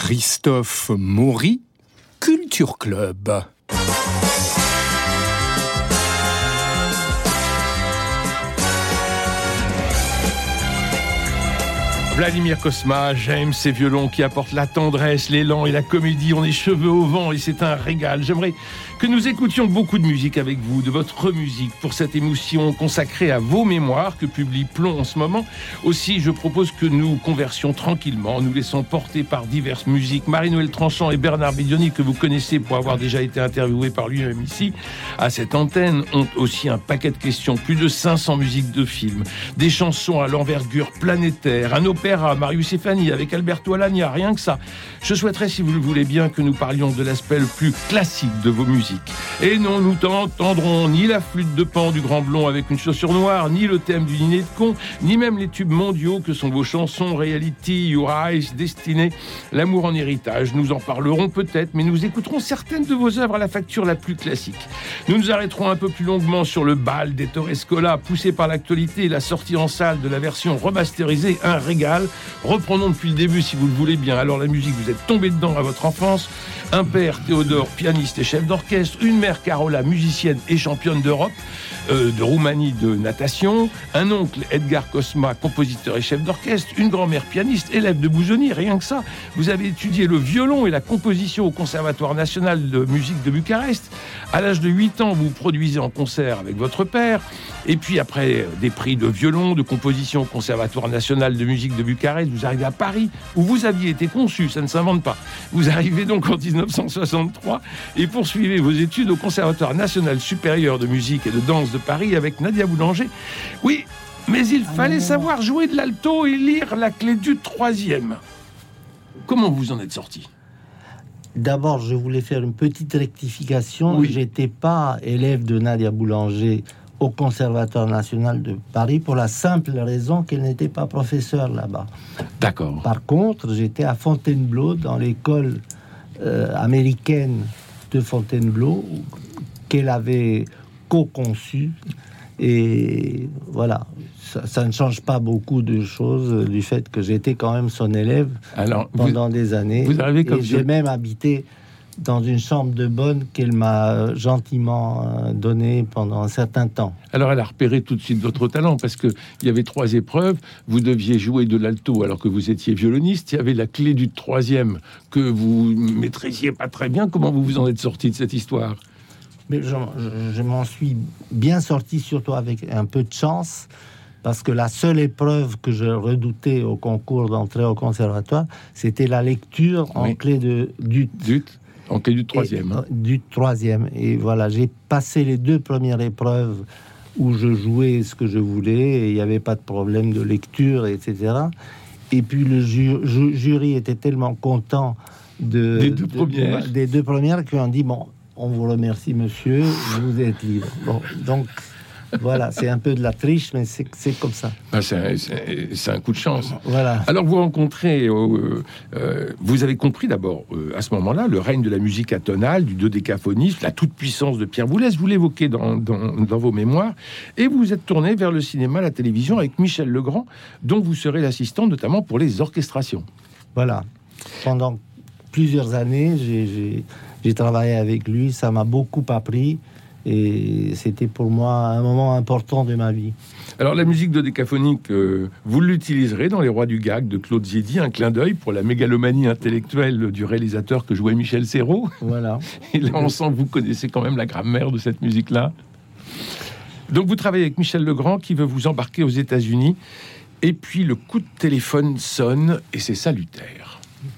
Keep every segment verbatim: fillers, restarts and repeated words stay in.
Christophe Maury, Culture Club. Vladimir Cosma, j'aime ces violons qui apportent la tendresse, l'élan et la comédie. On est cheveux au vent et c'est un régal. J'aimerais que nous écoutions beaucoup de musique avec vous, de votre musique, pour cette émission consacrée à vos mémoires que publie Plomb en ce moment. Aussi, je propose que nous conversions tranquillement, nous laissons porter par diverses musiques. Marie-Noël Tranchant et Bernard Bidioni, que vous connaissez pour avoir déjà été interviewés par lui-même ici, à cette antenne, ont aussi un paquet de questions. Plus de cinq cents musiques de films, des chansons à l'envergure planétaire, un opéra, Marius et Fanny avec Alberto Alagna, rien que ça. Je souhaiterais, si vous le voulez bien, que nous parlions de l'aspect le plus classique de vos musiques. Et non, nous n'entendrons ni la flûte de Pan du Grand Blond avec une chaussure noire, ni le thème du dîner de con, ni même les tubes mondiaux que sont vos chansons Reality, Your Eyes, Destinée, L'amour en héritage. Nous en parlerons peut-être, mais nous écouterons certaines de vos œuvres à la facture la plus classique. Nous nous arrêterons un peu plus longuement sur le bal des Torrescola, poussé par l'actualité et la sortie en salle de la version remasterisée, un régal. Reprenons depuis le début, si vous le voulez bien. Alors la musique, vous êtes tombé dedans à votre enfance. Un père, Théodore, pianiste et chef d'orchestre. Une mère, Carola, musicienne et championne d'Europe, euh, de Roumanie de natation. Un oncle, Edgar Cosma, compositeur et chef d'orchestre. Une grand-mère, pianiste, élève de Bouzoni, rien que ça. Vous avez étudié le violon et la composition au Conservatoire national de musique de Bucarest. À l'âge de huit ans, vous produisez en concert avec votre père. Et puis après des prix de violon, de composition au Conservatoire national de musique de Bucarest, vous arrivez à Paris, où vous aviez été conçu, ça ne s'invente pas. Vous arrivez donc en dix-neuf cent soixante-trois et poursuivez vos études au Conservatoire national supérieur de musique et de danse de Paris avec Nadia Boulanger. Oui, mais il fallait savoir jouer de l'alto et lire la clé du troisième. Comment vous en êtes sorti ? D'abord, je voulais faire une petite rectification. Oui. J'étais pas élève de Nadia Boulanger au Conservatoire national de Paris pour la simple raison qu'elle n'était pas professeure là-bas. D'accord. Par contre, j'étais à Fontainebleau, dans l'école euh, américaine de Fontainebleau, qu'elle avait co-conçue. Et voilà, ça, ça ne change pas beaucoup de choses du fait que j'étais quand même son élève. Alors, pendant vous, des années. Vous arrivez comme et j'ai même habité dans une chambre de bonne qu'elle m'a gentiment donnée pendant un certain temps. Alors elle a repéré tout de suite votre talent, parce qu'il y avait trois épreuves. Vous deviez jouer de l'alto alors que vous étiez violoniste. Il y avait la clé du troisième que vous maîtrisiez pas très bien. Comment vous vous en êtes sorti de cette histoire ? Mais je, je, je m'en suis bien sorti, surtout avec un peu de chance, parce que la seule épreuve que je redoutais au concours d'entrée au conservatoire, c'était la lecture en oui. clé de dut. Dut. En clé du troisième. Et, hein. Du troisième. Et voilà, j'ai passé les deux premières épreuves où je jouais ce que je voulais et il n'y avait pas de problème de lecture, et cetera. Et puis le ju- ju- jury était tellement content de, des, deux de, premières. De, des deux premières qu'ils ont dit, bon, on vous remercie, monsieur, vous êtes libre. Bon, donc... Voilà, c'est un peu de la triche, mais c'est, c'est comme ça. Ben c'est, un, c'est, c'est un coup de chance. Voilà. Alors, vous rencontrez... Euh, euh, vous avez compris d'abord, euh, à ce moment-là, le règne de la musique atonale, du dodécaphoniste, la toute-puissance de Pierre Boulez. Vous l'évoquez dans, dans, dans vos mémoires. Et vous vous êtes tourné vers le cinéma, la télévision, avec Michel Legrand, dont vous serez l'assistant, notamment pour les orchestrations. Voilà. Pendant plusieurs années, j'ai, j'ai, j'ai travaillé avec lui. Ça m'a beaucoup appris. Et c'était pour moi un moment important de ma vie. Alors la musique dodécaphonique, euh, vous l'utiliserez dans Les Rois du Gag de Claude Zidi, un clin d'œil pour la mégalomanie intellectuelle du réalisateur que jouait Michel Serrault. Voilà. Et là on sent que vous connaissez quand même la grammaire de cette musique-là. Donc vous travaillez avec Michel Legrand qui veut vous embarquer aux États-Unis. Et puis le coup de téléphone sonne et c'est salutaire.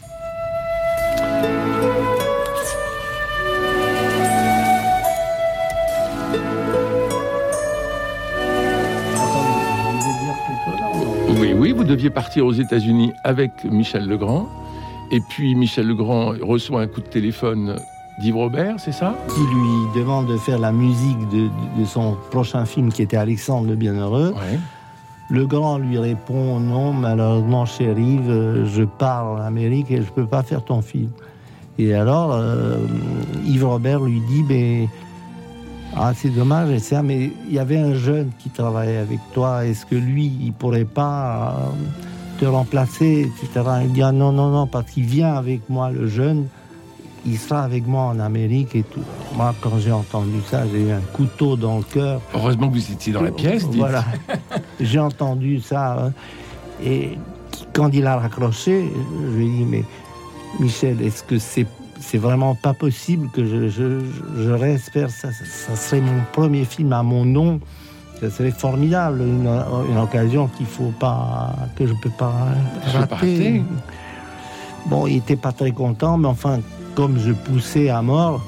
Oui, oui, vous deviez partir aux États-Unis avec Michel Legrand. Et puis Michel Legrand reçoit un coup de téléphone d'Yves Robert, c'est ça ? Qui lui demande de faire la musique de, de, de son prochain film qui était Alexandre le Bienheureux. Ouais. Legrand lui répond « Non, malheureusement, chez Yves, je pars en Amérique et je peux pas faire ton film. » Et alors, euh, Yves Robert lui dit « Mais... Ah, c'est dommage, et ça, mais il y avait un jeune qui travaillait avec toi. Est-ce que lui, il pourrait pas te remplacer, et cetera. Il dit ah, non, non, non, parce qu'il vient avec moi, le jeune, il sera avec moi en Amérique et tout. Moi, quand j'ai entendu ça, j'ai eu un couteau dans le cœur. Heureusement que vous étiez dans la pièce, dites. Voilà, j'ai entendu ça. Hein. Et quand il a raccroché, je lui ai dit, mais Michel, est-ce que c'est, c'est vraiment pas possible que je, je, je reste faire ça, ça Ça serait mon premier film à mon nom. Ça serait formidable, une, une occasion qu'il faut pas, que je peux pas rater. Pas rater. Bon, il était pas très content, mais enfin, comme je poussais à mort,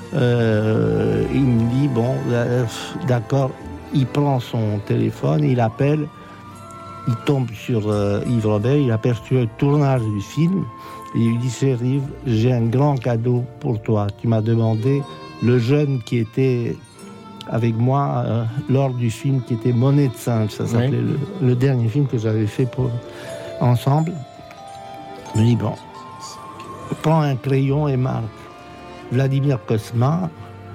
euh, il me dit bon, euh, d'accord. Il prend son téléphone, il appelle, il tombe sur euh, Yves Robert, il aperçoit le tournage du film, et il lui dit chérie, j'ai un grand cadeau pour toi. Tu m'as demandé le jeune qui était avec moi euh, lors du film qui était Monnaie de singe, ça s'appelait oui. le, le dernier film que j'avais fait pour ensemble. Je me dis bon, prends un crayon et marque Vladimir Cosma,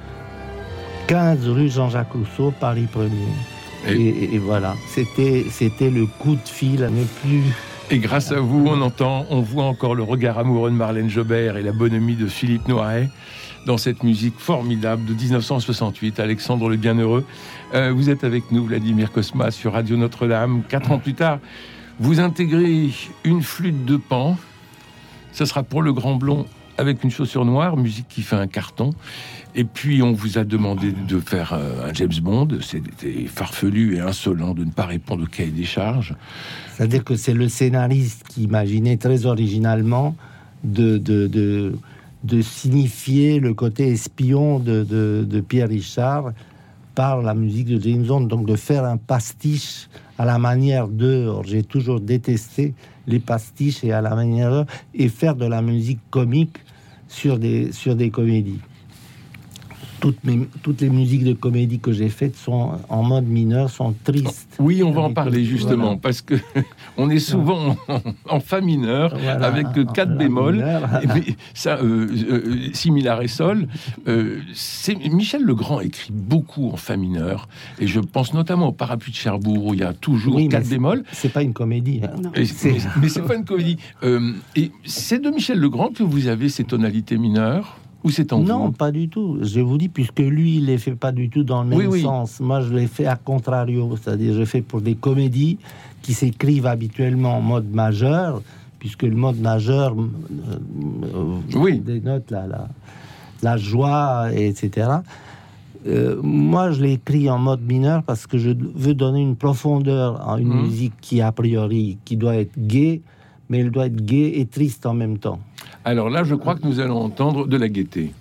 quinze rue Jean-Jacques Rousseau, Paris premier. Et, et, et voilà, c'était, c'était le coup de fil à ne plus. Et grâce à vous, on entend, on voit encore le regard amoureux de Marlène Jobert et la bonhomie de Philippe Noiret dans cette musique formidable de dix-neuf cent soixante-huit, Alexandre le Bienheureux. Euh, vous êtes avec nous, Vladimir Cosma, sur Radio Notre-Dame. Quatre ans plus tard, vous intégrez une flûte de Pan. Ça sera pour le Grand Blond avec une chaussure noire, musique qui fait un carton. Et puis, on vous a demandé de faire euh, un James Bond. C'était farfelu et insolent de ne pas répondre au cahier des charges. C'est-à-dire que c'est le scénariste qui imaginait très originalement de... de, de... de signifier le côté espion de, de, de Pierre Richard par la musique de James Bond, donc de faire un pastiche à la manière de... Or, j'ai toujours détesté les pastiches et à la manière de... et faire de la musique comique sur des, sur des comédies. Toutes, mes, toutes les musiques de comédie que j'ai faites sont en mode mineur, sont tristes. Oui, on va en parler justement, voilà. Parce que on est souvent en, en fa mineur, voilà, avec quatre bémols, et ça, euh, euh, si milar et sol. Euh, c'est, Michel Legrand écrit beaucoup en fa mineur, et je pense notamment au Parapluie de Cherbourg, où il y a toujours oui, quatre bémols. C'est pas une comédie. Hein. Et, c'est... Mais, mais c'est pas une comédie. Euh, et c'est de Michel Legrand que vous avez ces tonalités mineures. Ou c'est en Non, vous? Pas du tout. Je vous dis, puisque lui, il les fait pas du tout dans le même oui, sens. Oui. Moi, je les fais à contrario. C'est-à-dire, je fais pour des comédies qui s'écrivent habituellement en mode majeur, puisque le mode majeur euh, oui. dénote la, la, la joie, et cetera. Euh, moi, je l'écris en mode mineur parce que je veux donner une profondeur à une mmh. musique qui, a priori, qui doit être gaie, mais elle doit être gaie et triste en même temps. Alors là, je crois que nous allons entendre de la gaieté.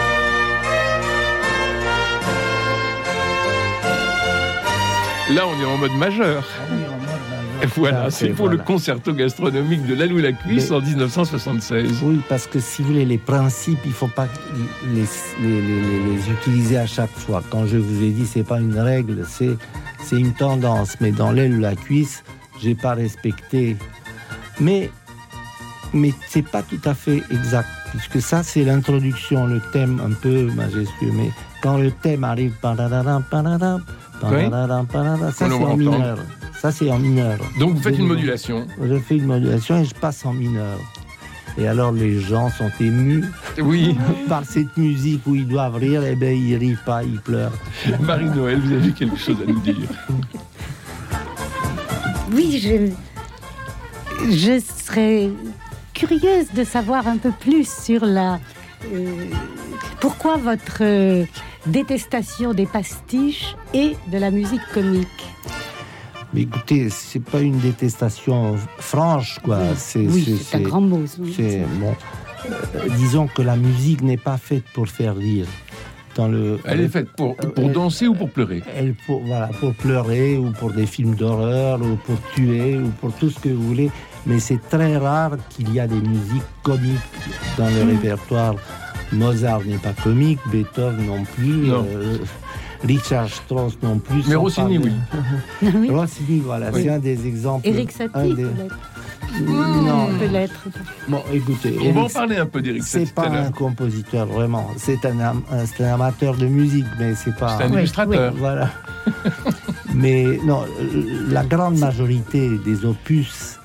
Là, on est en mode majeur. Ah oui, en mode majeur. Et voilà, c'est pour voilà. le concerto gastronomique de Lalou la Cuisse mais, en dix-neuf cent soixante-seize. Oui, parce que si vous voulez, les principes, il ne faut pas les, les, les, les utiliser à chaque fois. Quand je vous ai dit, c'est pas une règle, c'est, c'est une tendance. Mais dans Lalou la Cuisse, j'ai pas respecté. Mais mais c'est pas tout à fait exact, puisque ça c'est l'introduction, le thème un peu majestueux, mais quand le thème arrive, padadadam, padadam, padadam, padadam, ça c'est en mineur. Ça c'est en mineur. Donc vous faites une modulation. Je fais une modulation et je passe en mineur. Et alors les gens sont émus oui. par cette musique où ils doivent rire, et bien ils rient pas, ils pleurent. Marie-Noël, vous avez quelque chose à nous dire? Oui, je, je serais curieuse de savoir un peu plus sur la... Euh, pourquoi votre euh, détestation des pastiches et de la musique comique? Mais écoutez, c'est pas une détestation franche, quoi. Oui, c'est, oui, c'est, c'est, c'est un grand mot. Oui. C'est, bon, euh, disons que la musique n'est pas faite pour faire rire. Dans le, elle est faite pour, pour elle, danser ou pour pleurer? Elle, pour, voilà, pour pleurer ou pour des films d'horreur ou pour tuer ou pour tout ce que vous voulez. Mais c'est très rare qu'il y a des musiques comiques dans le mmh. répertoire. Mozart n'est pas comique, Beethoven non plus, non. Euh, Richard Strauss non plus. Mais Rossini, oui. oui. Rossini, voilà, oui. c'est un des exemples. Éric Satie, des... peut-être. Non, peut-être. Bon, écoutez, on Eric, va en parler un peu d'Éric Satie. C'est pas un compositeur vraiment. C'est un, un, c'est un amateur de musique, mais c'est pas. C'est un oui, illustrateur. Oui. Voilà. Mais non, la grande majorité des opus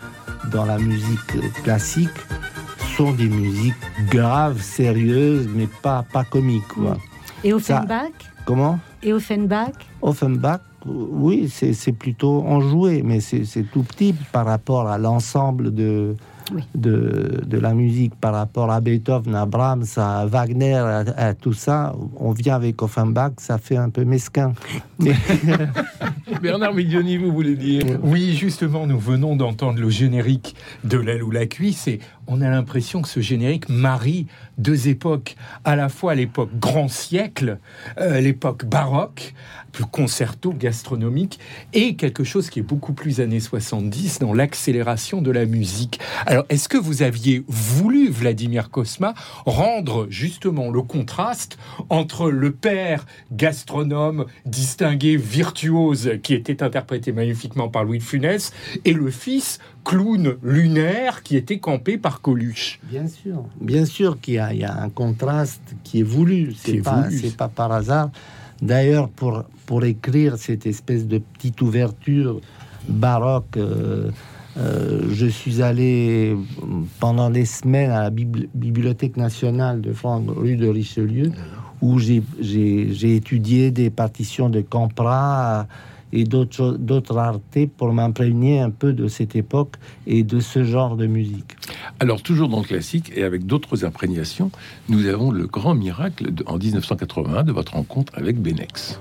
dans la musique classique sont des musiques graves, sérieuses, mais pas, pas comiques, quoi. Et Offenbach ? Comment ? Et Offenbach ? Offenbach, oui, c'est, c'est plutôt enjoué, mais c'est, c'est tout petit par rapport à l'ensemble de, oui. de, de la musique, par rapport à Beethoven, à Brahms, à Wagner, à, à tout ça. On vient avec Offenbach, ça fait un peu mesquin. Mais... Bernard Miglioni, vous voulez dire ? Oui, justement, nous venons d'entendre le générique de L'aile ou la cuisse et on a l'impression que ce générique marie deux époques, à la fois l'époque grand siècle, euh, l'époque baroque, plus concerto gastronomique, et quelque chose qui est beaucoup plus années soixante-dix dans l'accélération de la musique. Alors, est-ce que vous aviez voulu, Vladimir Cosma, rendre justement le contraste entre le père gastronome distingué, virtuose, qui était interprété magnifiquement par Louis de Funès, et le fils clown lunaire qui était campé par Coluche? Bien sûr, bien sûr qu'il y a, il y a un contraste qui est voulu, c'est, qui est pas, voulu. C'est pas par hasard. D'ailleurs, pour, pour écrire cette espèce de petite ouverture baroque, euh, euh, je suis allé pendant des semaines à la Bibli- Bibliothèque nationale de France, rue de Richelieu, où j'ai, j'ai, j'ai étudié des partitions de Campra et d'autres, choses, d'autres raretés pour m'imprégner un peu de cette époque et de ce genre de musique. Alors, toujours dans le classique et avec d'autres imprégnations, nous avons le grand miracle de, en dix-neuf cent quatre-vingt-un de votre rencontre avec Benex.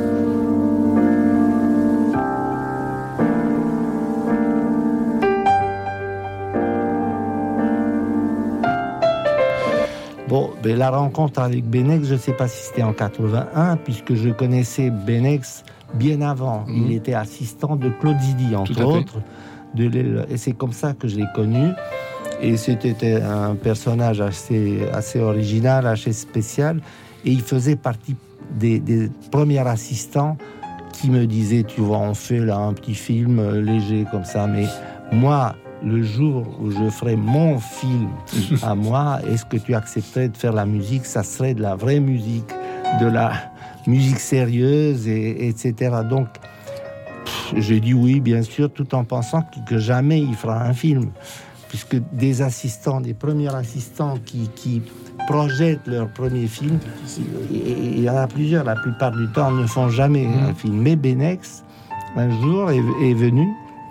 Bon, ben, la rencontre avec Benex, je ne sais pas si c'était en quatre-vingt-un, puisque je connaissais Benex bien avant. Mmh. Il était assistant de Claude Zidi, entre autres. De et c'est comme ça que je l'ai connu. Et c'était un personnage assez, assez original, assez spécial. Et il faisait partie des, des premiers assistants qui me disaient, tu vois, on fait là un petit film léger comme ça. Mais moi, le jour où je ferai mon film à moi, est-ce que tu accepterais de faire la musique? Ça serait de la vraie musique, de la musique sérieuse, et, etc. Donc, pff, j'ai dit oui, bien sûr, tout en pensant que, que jamais il fera un film. Puisque des assistants, des premiers assistants qui, qui projettent leur premier film, il y en a plusieurs, la plupart du temps, ne font jamais mmh. un film. Mais Benex, un jour, est, est venu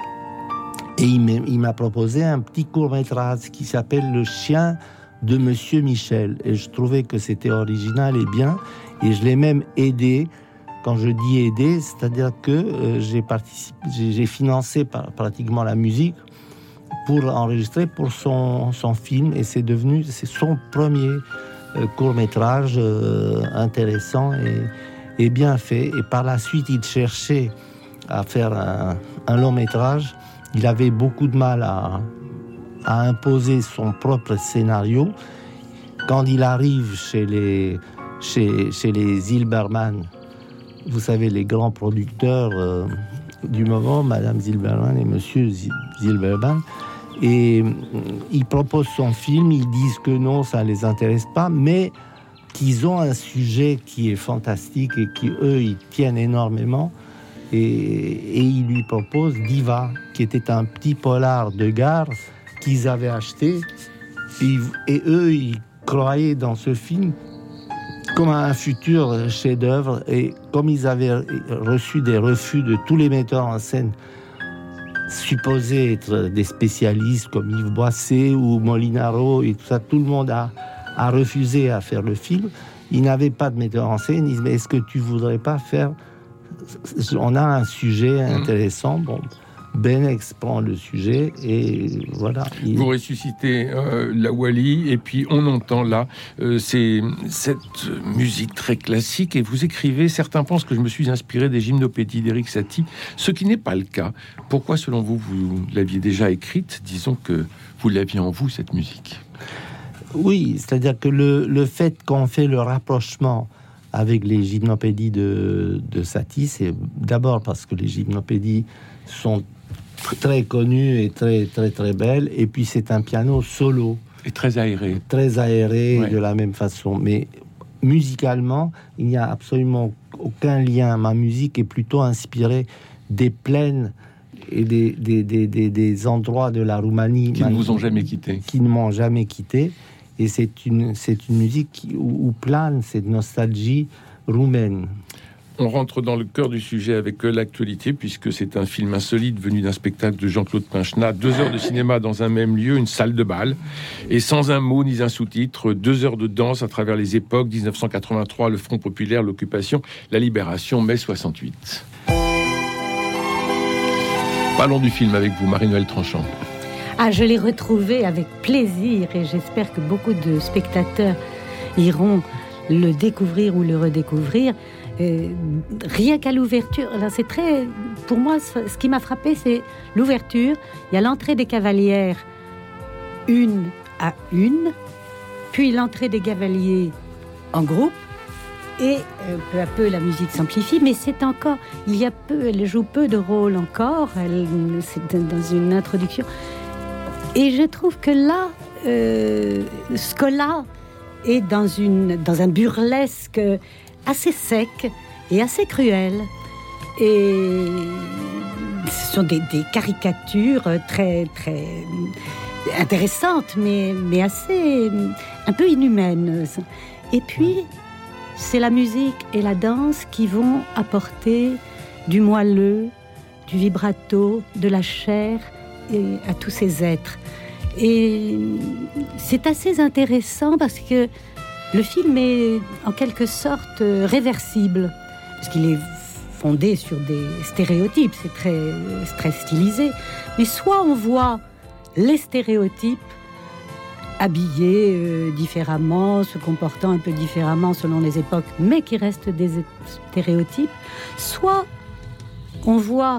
et il m'a, il m'a proposé un petit court-métrage qui s'appelle Le chien de Monsieur Michel. Et je trouvais que c'était original et bien. Et je l'ai même aidé. Quand je dis aider, c'est-à-dire que euh, j'ai, participé, j'ai, j'ai financé par, pratiquement la musique pour enregistrer pour son, son film. Et c'est devenu c'est son premier euh, court-métrage euh, intéressant et, et bien fait. Et par la suite, il cherchait à faire un, un long-métrage. Il avait beaucoup de mal à, à imposer son propre scénario. Quand il arrive chez les, chez, chez les Zilberman, vous savez, les grands producteurs euh, du moment, Madame Zilberman et Monsieur Zilberman, et euh, il propose son film, ils disent que non, ça ne les intéresse pas, mais qu'ils ont un sujet qui est fantastique et qui, eux, ils tiennent énormément. Et, et ils lui proposent Diva, qui était un petit polar de gare qu'ils avaient acheté. Et, et eux, ils croyaient dans ce film comme un futur chef-d'œuvre. Et comme ils avaient reçu des refus de tous les metteurs en scène supposés être des spécialistes comme Yves Boisset ou Molinaro et tout ça, tout le monde a, a refusé à faire le film. Ils n'avaient pas de metteur en scène. Ils disent, mais est-ce que tu voudrais pas faire... On a un sujet intéressant. Bon, Benex prend le sujet et voilà. Il... Vous ressuscitez euh, la Wally et puis on entend là euh, c'est, cette musique très classique et vous écrivez, certains pensent que je me suis inspiré des gymnopédies d'Éric Satie, ce qui n'est pas le cas. Pourquoi selon vous, vous l'aviez déjà écrite? Disons que vous l'aviez en vous, cette musique. Oui, c'est-à-dire que le, le fait qu'on fait le rapprochement avec les gymnopédies de, de Satie, c'est d'abord parce que les gymnopédies sont très connues et très très très belles, et puis c'est un piano solo. Et très aéré. Très aéré, ouais. De la même façon. Mais musicalement, il n'y a absolument aucun lien. Ma musique est plutôt inspirée des plaines et des, des, des, des, des endroits de la Roumanie qui ne vous ont jamais quitté. Qui ne m'ont jamais quitté. Et c'est une, c'est une musique qui, où, où plane cette nostalgie roumaine. On rentre dans le cœur du sujet avec l'actualité, puisque c'est un film insolite venu d'un spectacle de Jean-Claude Pinchenat. Deux heures de cinéma dans un même lieu, une salle de bal, et sans un mot ni un sous-titre. Deux heures de danse à travers les époques, dix-neuf cent quatre-vingt-trois, le Front populaire, l'occupation, la libération, mai soixante-huit. Parlons du film avec vous, Marie-Noëlle Tranchant. Ah, je l'ai retrouvé avec plaisir, et j'espère que beaucoup de spectateurs iront le découvrir ou le redécouvrir. Euh, rien qu'à l'ouverture, alors c'est très, pour moi, ce qui m'a frappé, c'est l'ouverture. Il y a l'entrée des cavalières, une à une, puis l'entrée des cavaliers en groupe, et euh, peu à peu la musique s'amplifie. Mais c'est encore, il y a peu, elle joue peu de rôle encore. Elle, c'est dans une introduction, et je trouve que là, euh, Scola est dans une, dans un burlesque assez sec et assez cruel, et ce sont des, des caricatures très très intéressantes, mais mais assez un peu inhumaines. Et puis c'est la musique et la danse qui vont apporter du moelleux, du vibrato, de la chair et à tous ces êtres. Et c'est assez intéressant parce que le film est en quelque sorte réversible, parce qu'il est fondé sur des stéréotypes, c'est très, c'est très stylisé. Mais soit on voit les stéréotypes habillés euh, différemment, se comportant un peu différemment selon les époques, mais qui restent des stéréotypes, soit on voit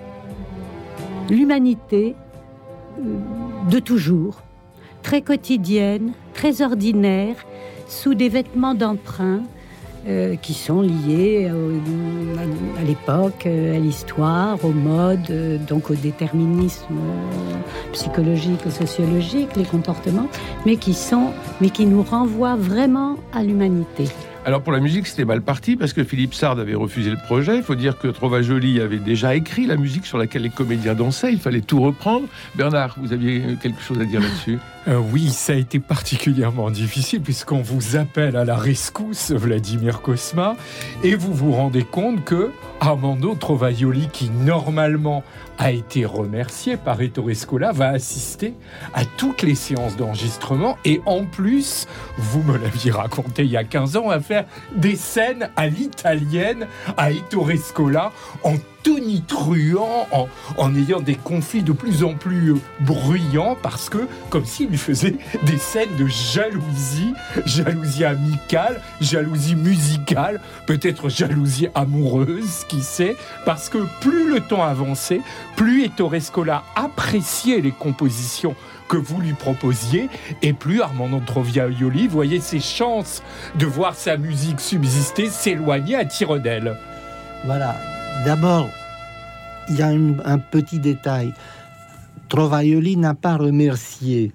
l'humanité euh, de toujours, très quotidienne, très ordinaire, sous des vêtements d'emprunt euh, qui sont liés euh, à, à l'époque, euh, à l'histoire, aux modes, euh, donc au déterminisme euh, psychologique ou sociologique, les comportements, mais qui sont, mais qui nous renvoient vraiment à l'humanité. Alors pour la musique, c'était mal parti parce que Philippe Sard avait refusé le projet. Il faut dire que Trovajoli avait déjà écrit la musique sur laquelle les comédiens dansaient. Il fallait tout reprendre. Bernard, vous aviez quelque chose à dire là-dessus ? Euh, oui, ça a été particulièrement difficile puisqu'on vous appelle à la rescousse, Vladimir Cosma, et vous vous rendez compte que Armando Trovajoli, qui normalement a été remercié par Ettore Scola, va assister à toutes les séances d'enregistrement, et en plus, vous me l'aviez raconté il y a quinze ans, va faire des scènes à l'italienne à Ettore Scola en tonitruant, en, en ayant des conflits de plus en plus bruyants, parce que, comme s'il lui faisait des scènes de jalousie, jalousie amicale, jalousie musicale, peut-être jalousie amoureuse, qui sait, parce que plus le temps avançait, plus Ettore Scola appréciait les compositions que vous lui proposiez, et plus Armando Trovajoli voyait ses chances de voir sa musique subsister s'éloigner à tire d'aile. Voilà. D'abord, il y a un, un petit détail. Trovajoli n'a pas remercié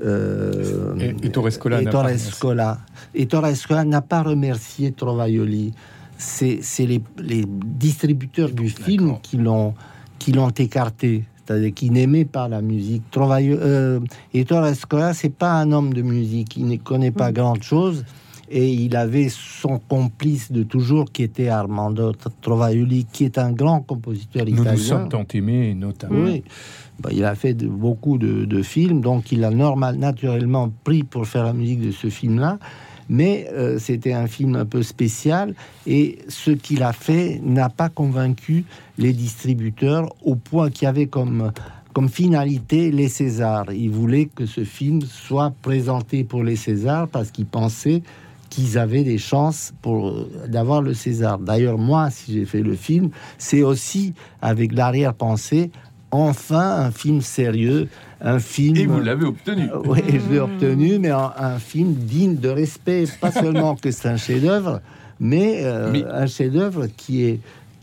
euh, Ettore Scola. Ettore Scola. Ettore Scola n'a pas remercié Trovajoli. C'est, c'est les, les distributeurs du film D'accord. qui l'ont, qui l'ont écarté. C'est-à-dire qu'il n'aimait pas la musique. Trovajoli, euh, Ettore Scola, c'est pas un homme de musique. Il ne connaît pas mmh. grand-chose. Et il avait son complice de toujours qui était Armando Trovajoli, qui est un grand compositeur italien. Nous nous sommes tant aimés, notamment. Oui, bah, il a fait de, beaucoup de, de films, donc il a normal, naturellement pris pour faire la musique de ce film-là. Mais euh, c'était un film un peu spécial, et ce qu'il a fait n'a pas convaincu les distributeurs, au point qu'il y avait comme... comme finalité les Césars. Il voulait que ce film soit présenté pour les Césars parce qu'il pensait qu'ils avaient des chances pour, euh, d'avoir le César. D'ailleurs, moi, si j'ai fait le film, c'est aussi avec l'arrière-pensée, enfin un film sérieux, un film... Et vous l'avez obtenu. Euh, oui, je l'ai obtenu, mais un, un film digne de respect. Pas seulement que c'est un chef-d'œuvre, mais, euh, mais... un chef-d'œuvre qui est...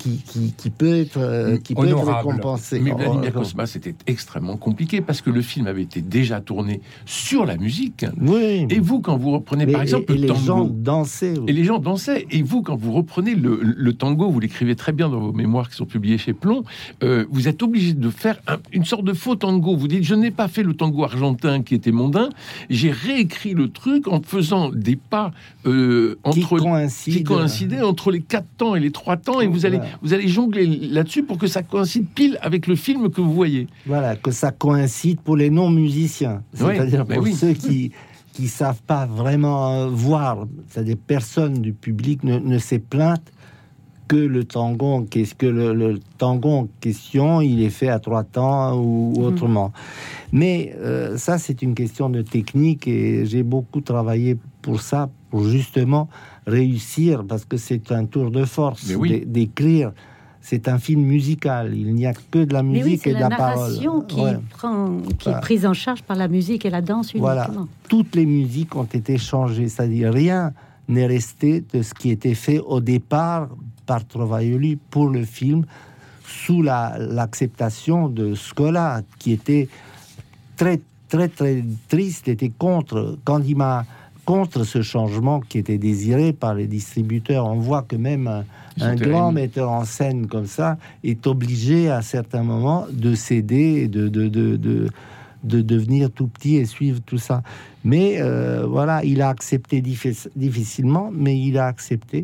qui, qui, qui peut être, euh, qui peut être récompensé. Mais Vladimir Cosma, c'était extrêmement compliqué parce que le film avait été déjà tourné sur la musique. Oui. Et vous, quand vous reprenez, mais, par exemple, et, et le les tango... gens dansaient. Oui. Et les gens dansaient. Et vous, quand vous reprenez le, le tango, vous l'écrivez très bien dans vos mémoires qui sont publiées chez Plomb, euh, vous êtes obligé de faire un, une sorte de faux tango. Vous dites, je n'ai pas fait le tango argentin qui était mondain, j'ai réécrit le truc en faisant des pas euh, entre, qui, coïncide. qui coïncidaient entre les quatre temps et les trois temps, et vous allez, voilà. vous allez jongler là-dessus pour que ça coïncide pile avec le film que vous voyez. Voilà, que ça coïncide pour les non-musiciens. C'est-à-dire oui, pour oui. ceux qui qui savent pas vraiment voir, c'est-à-dire personne du public ne, ne s'est plainte que le tango, qu'est-ce que le, le tango en question, il est fait à trois temps ou, ou autrement. Mmh. Mais euh, ça, c'est une question de technique et j'ai beaucoup travaillé pour ça, pour justement réussir, parce que c'est un tour de force oui. d'écrire. C'est un film musical, il n'y a que de la musique oui, et de la, la parole. C'est la narration qui, ouais. prend, qui voilà. est prise en charge par la musique et la danse uniquement. Voilà, toutes les musiques ont été changées, c'est-à-dire rien n'est resté de ce qui était fait au départ par Trovaioli pour le film, sous la, l'acceptation de Scola, qui était très, très, très triste, était contre, quand il m'a contre ce changement qui était désiré par les distributeurs. On voit que même un, un grand metteur en scène comme ça est obligé à certains moments de céder et de, de, de, de, de devenir tout petit et suivre tout ça. Mais euh, voilà, il a accepté diffi- difficilement, mais il a accepté.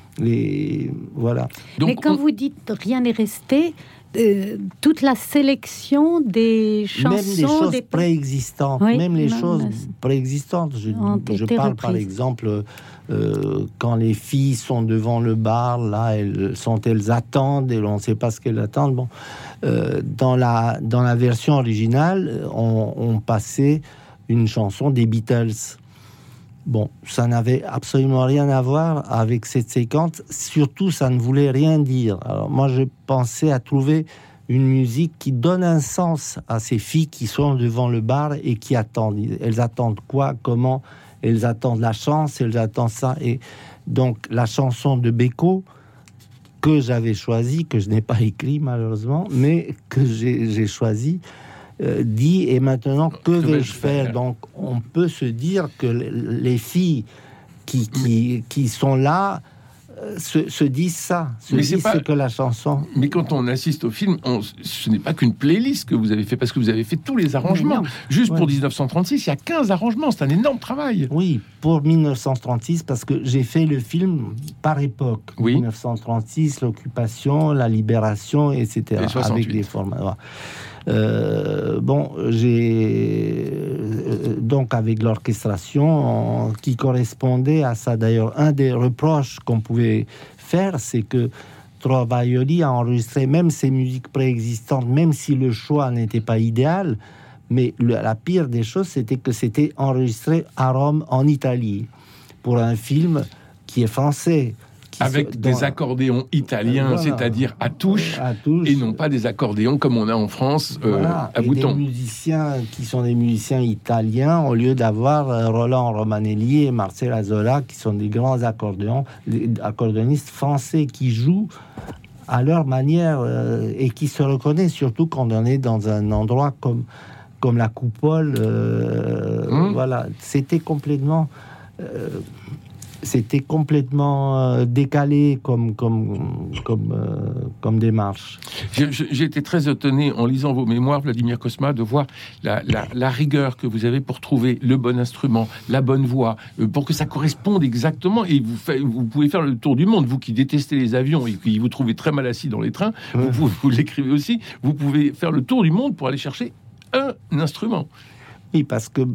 Et voilà. Donc, mais quand on... vous dites rien n'est resté, euh, toute la sélection des chansons, même des choses des... préexistantes, oui, même les non, choses mais... préexistantes. Je, je parle reprises. Par exemple euh, quand les filles sont devant le bar, là, elles sont, elles attendent et on ne sait pas ce qu'elles attendent. Bon, euh, dans la dans la version originale, on, on passait une chanson des Beatles. Bon, ça n'avait absolument rien à voir avec cette séquence. Surtout, ça ne voulait rien dire. Alors moi, je pensais à trouver une musique qui donne un sens à ces filles qui sont devant le bar et qui attendent. Elles attendent quoi? Comment? Elles attendent la chance, elles attendent ça. Et donc, la chanson de Beko, que j'avais choisie, que je n'ai pas écrit malheureusement, mais que j'ai, j'ai choisie, Euh, dit et maintenant que, que vais-je faire? Donc on peut se dire que les filles qui, qui, qui sont là euh, se, se disent ça, se mais disent pas... ce que la chanson. Mais quand on assiste au film, on... ce n'est pas qu'une playlist que vous avez fait, parce que vous avez fait tous les arrangements. Juste ouais. pour dix-neuf cent trente-six, il y a quinze arrangements, c'est un énorme travail. Oui, pour dix-neuf cent trente-six, parce que j'ai fait le film par époque. Oui. dix-neuf cent trente-six, l'occupation, la libération, et cetera. Et avec des formats. Euh, bon, j'ai euh, donc avec l'orchestration en, qui correspondait à ça. D'ailleurs, un des reproches qu'on pouvait faire, c'est que Trovaioli a enregistré même ses musiques préexistantes, même si le choix n'était pas idéal. Mais le, la pire des choses, c'était que c'était enregistré à Rome, en Italie, pour un film qui est français. Avec se, des dans... accordéons italiens, voilà. c'est-à-dire à touche, à touche, et non pas des accordéons comme on a en France euh, voilà. à boutons. Des musiciens qui sont des musiciens italiens, au lieu d'avoir Roland Romanelli et Marcel Azola, qui sont des grands accordéons, des accordéonistes français qui jouent à leur manière euh, et qui se reconnaissent, surtout quand on est dans un endroit comme, comme la Coupole. Euh, mmh. Voilà, c'était complètement... Euh, C'était complètement euh, décalé comme, comme, comme, euh, comme démarche. J'ai, j'ai été très étonné en lisant vos mémoires, Vladimir Cosma, de voir la, la, la rigueur que vous avez pour trouver le bon instrument, la bonne voix, euh, pour que ça corresponde exactement. Et vous, fait, vous pouvez faire le tour du monde. Vous qui détestez les avions et qui vous trouvez très mal assis dans les trains, vous, vous, vous l'écrivez aussi, vous pouvez faire le tour du monde pour aller chercher un instrument. Oui, parce que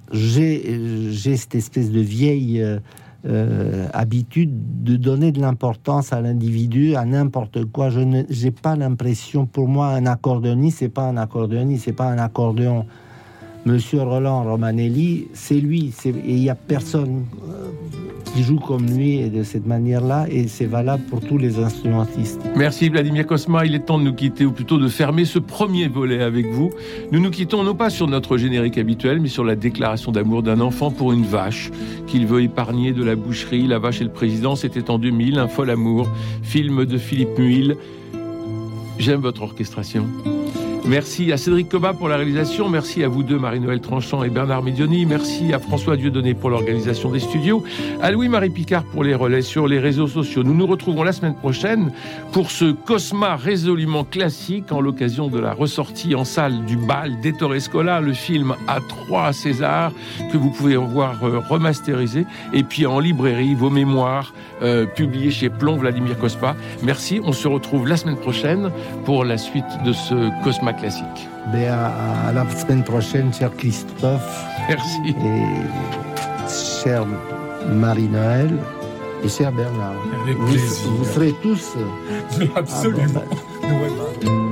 j'ai, j'ai cette espèce de vieille... Euh, Euh, habitude de donner de l'importance à l'individu, à n'importe quoi. Je n'ai pas l'impression, pour moi, un accordéoniste, c'est pas un accordéoniste, c'est pas un accordéon. Monsieur Roland Romanelli, c'est lui. C'est, et il y a personne euh, qui joue comme lui et de cette manière-là, et c'est valable pour tous les instrumentistes. Merci Vladimir Cosma, il est temps de nous quitter, ou plutôt de fermer ce premier volet avec vous. Nous nous quittons non pas sur notre générique habituel, mais sur la déclaration d'amour d'un enfant pour une vache qu'il veut épargner de la boucherie. La vache et le président, c'était en deux mille, Un fol amour, film de Philippe Muil. J'aime votre orchestration. Merci à Cédric Cobat pour la réalisation. Merci à vous deux, Marie-Noëlle Tranchant et Bernard Medioni. Merci à François Dieudonné pour l'organisation des studios. À Louis-Marie Picard pour les relais sur les réseaux sociaux. Nous nous retrouvons la semaine prochaine pour ce Cosma résolument classique en l'occasion de la ressortie en salle du Bal d'Ettore Scola, le film à trois César que vous pouvez voir euh, remasterisé. Et puis en librairie, vos mémoires euh, publiées chez Plomb, Vladimir Cosma. Merci. On se retrouve la semaine prochaine pour la suite de ce Cosma classique. Ben à, à la semaine prochaine, cher Christophe. Merci. Et cher Marie-Noël et cher Bernard. Avec vous, plaisir. vous serez tous. Mais absolument. Ah, bon, ben...